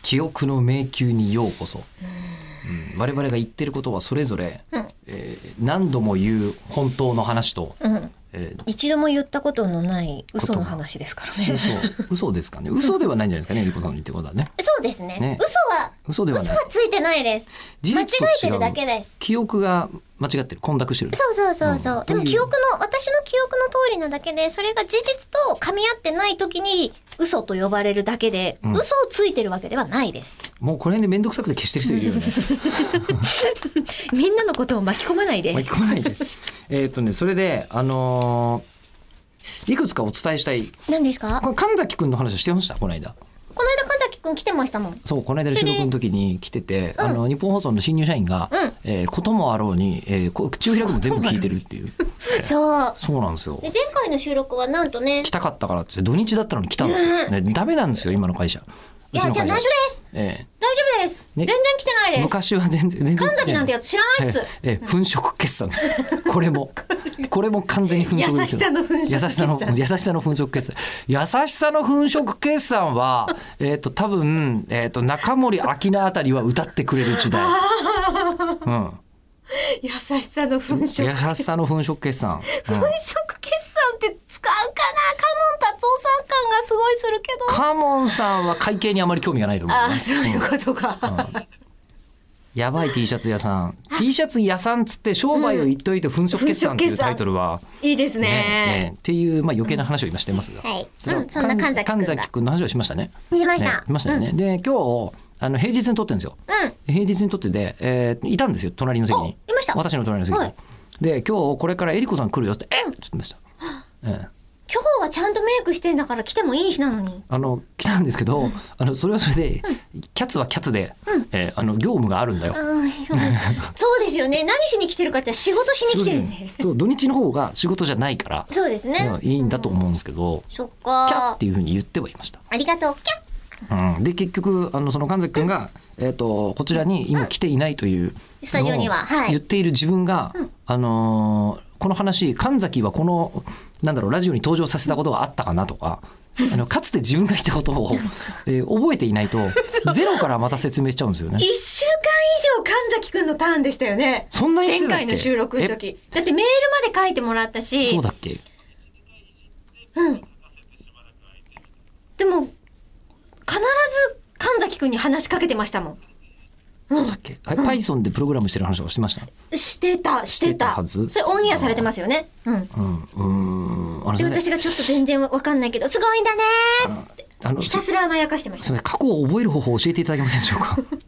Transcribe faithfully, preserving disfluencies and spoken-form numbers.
記憶の迷宮にようこそ、うん、我々が言ってることはそれぞれ、うんえー、何度も言う本当の話と、 うんえー、一度も言ったことのない嘘の話ですからね。 嘘、嘘ですかね。嘘ではないんじゃないですかね。えりこさんの言ってることはね。 そうですね。ね嘘は嘘ではない。 嘘はついてないです。間違えてるだけです。 記憶が間違ってる、混濁してる。 そうそうそうそう。うん、でも記憶の私の記憶の通りなだけで、それが事実と噛み合ってない時に嘘と呼ばれるだけで、うん、嘘をついてるわけではないです。 もうこれで面倒くさくて消してる人いるよね。 みんなのことを巻き込まないで。 巻き込まないで。えっとね、それであのー。いくつかお伝えしたい。 何ですか？ これ神崎くんの話してましたこの間。 この間神崎くん来てましたもん。 そうこの間の収録の時に来てて、うん、あの日本放送の新入社員が、うんえー、こともあろうに、えー、口を開くの全部聞いてるっていう。 そうそうなんですよ。 で前回の収録はなんとね来たかったからって土日だったのに来たんですよ、ね、ダメなんですよ今の会社。 いやじゃあ大丈夫です、えー、大丈夫です、ね、全然来てないです。 昔は全然全然神崎なんてやつ知らないっす。 えーえー、粉飾決算ですこれもこれも完全に粉飾ですよ。優しさの粉飾決算。優しさの優しさの粉飾決算。優しさの粉飾決算はえっ、ー、と多分えっ、ー、と中森明菜あたりは歌ってくれる時代。うん。 優しさの粉飾。優しさの粉飾決算。うん、粉飾決算って使うかな。カモン達夫さん感がすごいするけど。 カモンさんは会計にあまり興味がないと思う、ね。 ああそういうことか。 うんうんやばい T シャツ屋さん T シャツ屋さんつって商売を言っといて粉飾決算っていうタイトルは、 うん、いいですね、ねねっていう、まあ、余計な話を今してますが、 うんはいそうん、そんな神崎君が神崎君の話をしましたね。 しました、 ね、しましたよね、うん、で今日あの平日に撮ってるんですよ、うん、平日に撮ってて、えー、いたんですよ隣の席に。 いました私の隣の席に、はい、で今日これからえりこさん来るよってえっって言ってました、うんええ今日はちゃんとメイクしてんだから来てもいい日なのに。 あの来たんですけど、うん、あのそれはそれで、うん、キャツはキャツで、うんえー、あの業務があるんだよ。あそうですよね。何しに来てるかって仕事しに来てるね。 そう土日の方が仕事じゃないからそうですね、 いいんだと思うんですけど、うん、 そっかキャっていうふうに言ってはいました。 ありがとうキャ、うん、で結局あのその神崎君が、うんえー、とこちらに今来ていないというスタジオには言っている自分が、うんあのーこの話神崎はこのなんだろうラジオに登場させたことがあったかなとかあのかつて自分が言ったことを、えー、覚えていないとゼロからまた説明しちゃうんですよね。 いっしゅうかん以上神崎くんのターンでしたよね。 そんなにしてたっけ？ 前回の収録の時だってメールまで書いてもらったし。 そうだっけ？ うんでも必ず神崎くんに話しかけてましたもん。 そうだっけ、うん、Python でプログラムしてる話をしてました。 してたしてたはず。それオンエアされてますよね。うん、 うんうんあで私がちょっと全然わかんないけどすごいんだねってあのひたすら甘やかしてました。 過去を覚える方法を教えていただけませんでしょうか。